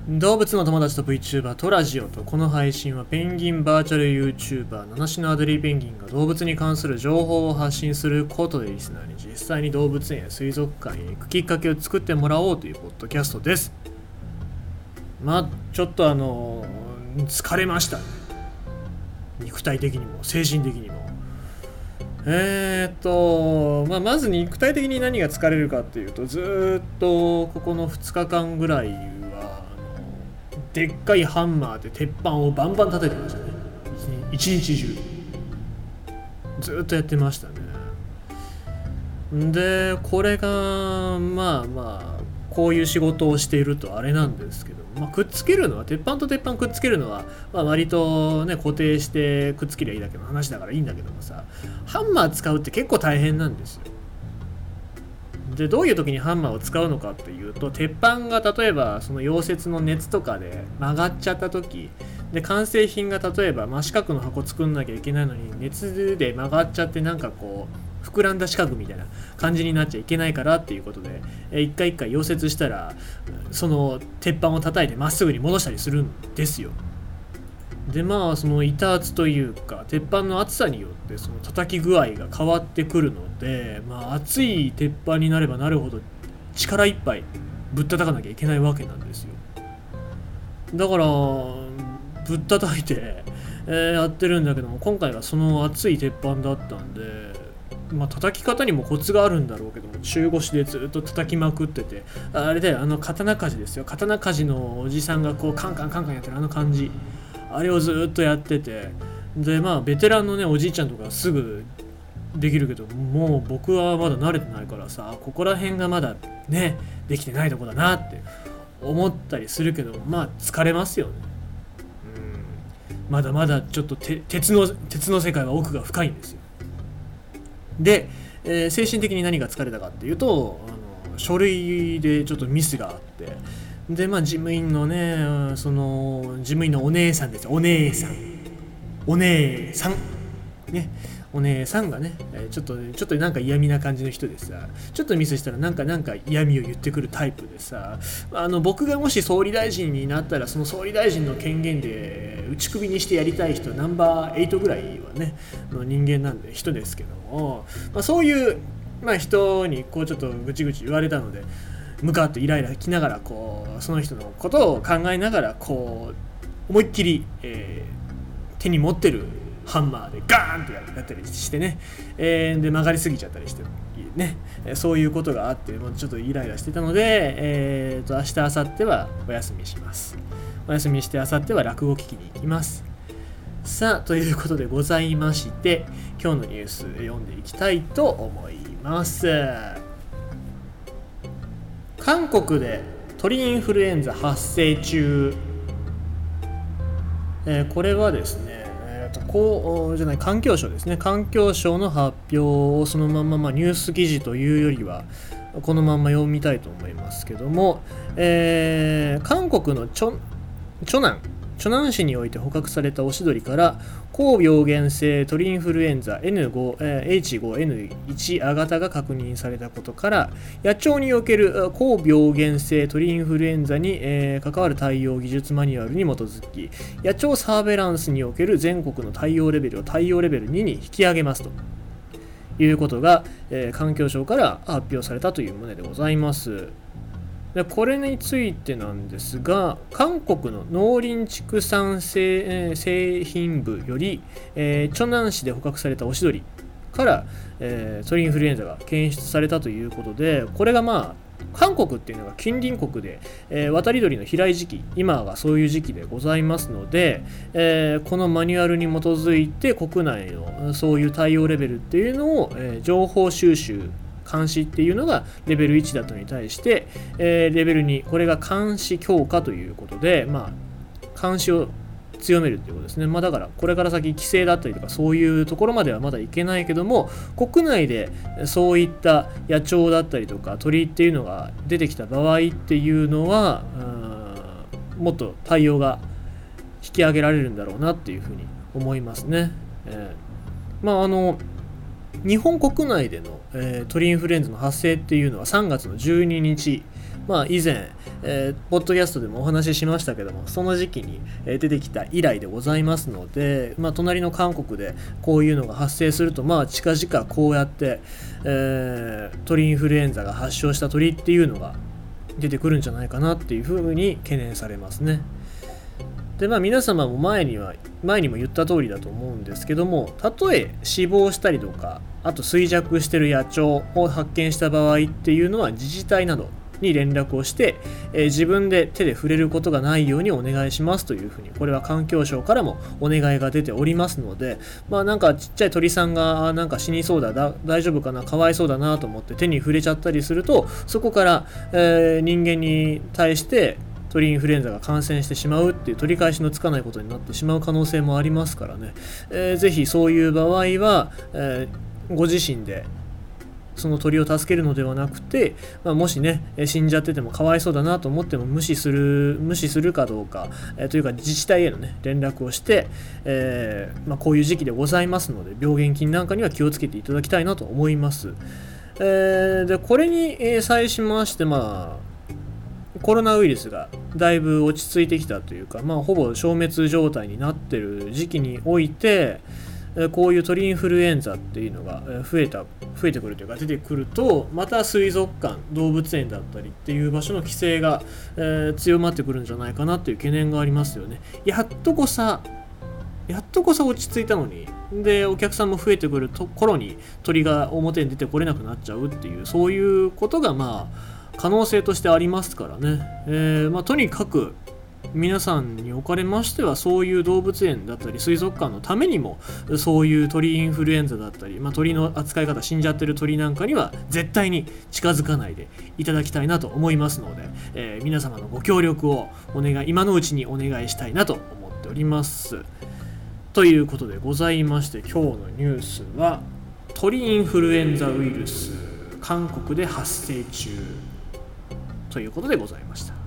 動物の友達と VTuber とラジオと、この配信はペンギンバーチャル YouTuber 七種のアデリーペンギンが動物に関する情報を発信することでリスナーに実際に動物園や水族館へ行くきっかけを作ってもらおうというポッドキャストです。ちょっと疲れましたね。肉体的にも精神的にも。まず肉体的に何が疲れるかっていうと、ずっとここの2日間ぐらいはでっかいハンマーで鉄板をバンバン叩いてましたね。一日中ずっとやってましたね。でこれがこういう仕事をしているとあれなんですけど、くっつけるのは鉄板と鉄板くっつけるのは、割とね固定してくっつけりゃいいだけの話だからいいんだけどもさ、ハンマー使うって結構大変なんですよ。でどういう時にハンマーを使うのかっていうと、鉄板が例えばその溶接の熱とかで曲がっちゃった時で、完成品が例えば真四角の箱作んなきゃいけないのに熱で曲がっちゃって、なんかこう膨らんだ四角みたいな感じになっちゃいけないからっていうことで、一回一回溶接したらその鉄板を叩いてまっすぐに戻したりするんですよ。でその板厚というか鉄板の厚さによってその叩き具合が変わってくるので、厚い鉄板になればなるほど力いっぱいぶったたかなきゃいけないわけなんですよ。だからぶったたいて、やってるんだけども、今回はその厚い鉄板だったんで、叩き方にもコツがあるんだろうけども、中腰でずっと叩きまくってて、あれだよ、刀鍛冶ですよ。刀鍛冶のおじさんがこうカンカンカンカンやってる感じ、あれをずっとやってて、でベテランのねおじいちゃんとかすぐできるけど、もう僕はまだ慣れてないからさ、ここら辺がまだねできてないとこだなって思ったりするけど、疲れますよね。まだまだちょっと鉄の世界は奥が深いんですよ。で、精神的に何が疲れたかっていうと、書類でちょっとミスがあって、で事務員のね、その事務員のお姉さんですよ。お姉さんね、お姉さんがね、ちょっとなんか嫌味な感じの人でさ、ちょっとミスしたらなんか嫌味を言ってくるタイプでさ、僕がもし総理大臣になったら、その総理大臣の権限で打ち首にしてやりたい人ナンバー8ぐらいはねの人間なんで、人ですけども、そういう人にこうちょっとぐちぐち言われたので、ムカッとイライラきながら、こうその人のことを考えながら、こう思いっきり、手に持ってるハンマーでガーンってやったりしてね、で曲がりすぎちゃったりしてね、そういうことがあって、もうちょっとイライラしてたので、明日明後日はお休みします。お休みして明後日は落語聞きに行きます。さあ、ということでございまして、今日のニュース読んでいきたいと思います。韓国で鳥インフルエンザ発生中。これはですね、環境省ですね。環境省の発表をそのまま、ニュース記事というよりはこのまま読みたいと思いますけども、韓国のチョナン市において捕獲されたオシドリから高病原性鳥インフルエンザ H5N1 亜型が確認されたことから、野鳥における高病原性鳥インフルエンザに、関わる対応技術マニュアルに基づき、野鳥サーベランスにおける全国の対応レベルを対応レベル2に引き上げますということが、環境省から発表されたというものでございます。でこれについてなんですが、韓国の農林畜産製品部より、チョナン市で捕獲されたオシドリから、鳥インフルエンザが検出されたということで、これが韓国っていうのが近隣国で、渡り鳥の飛来時期、今がそういう時期でございますので、このマニュアルに基づいて国内のそういう対応レベルっていうのを、情報収集監視っていうのがレベル1だとに対して、レベル2、これが監視強化ということで、監視を強めるということですね。だからこれから先規制だったりとかそういうところまではまだいけないけども、国内でそういった野鳥だったりとか鳥っていうのが出てきた場合っていうのは、もっと対応が引き上げられるんだろうなっていうふうに思いますね。日本国内での、鳥インフルエンザの発生っていうのは3月の12日以前、ポッドキャストでもお話ししましたけども、その時期に出てきた以来でございますので、隣の韓国でこういうのが発生すると、近々こうやって、鳥インフルエンザが発症した鳥っていうのが出てくるんじゃないかなっていうふうに懸念されますね。で皆様も前にも言った通りだと思うんですけども、たとえ死亡したりとか、あと衰弱している野鳥を発見した場合っていうのは自治体などに連絡をして、自分で手で触れることがないようにお願いしますというふうに、これは環境省からもお願いが出ておりますので、なんかちっちゃい鳥さんがなんか死にそうだ、大丈夫かな、かわいそうだなと思って手に触れちゃったりすると、そこから、人間に対して鳥インフルエンザが感染してしまうっていう取り返しのつかないことになってしまう可能性もありますからね、ぜひそういう場合は、ご自身でその鳥を助けるのではなくて、もしね死んじゃっててもかわいそうだなと思っても無視するかどうか、というか自治体へのね連絡をして、こういう時期でございますので病原菌なんかには気をつけていただきたいなと思います。でこれに際しまして、コロナウイルスがだいぶ落ち着いてきたというか、ほぼ消滅状態になっている時期において、こういう鳥インフルエンザっていうのが増えてくるというか出てくると、また水族館、動物園だったりっていう場所の規制が、強まってくるんじゃないかなっていう懸念がありますよね。やっとこさ落ち着いたのに、でお客さんも増えてくる頃に鳥が表に出てこれなくなっちゃうっていう、そういうことが可能性としてありますからね。とにかく皆さんにおかれましては、そういう動物園だったり水族館のためにも、そういう鳥インフルエンザだったり、鳥の扱い方、死んじゃってる鳥なんかには絶対に近づかないでいただきたいなと思いますので、皆様のご協力を今のうちにお願いしたいなと思っております。ということでございまして、今日のニュースは鳥インフルエンザウイルス韓国で発生中ということでございました。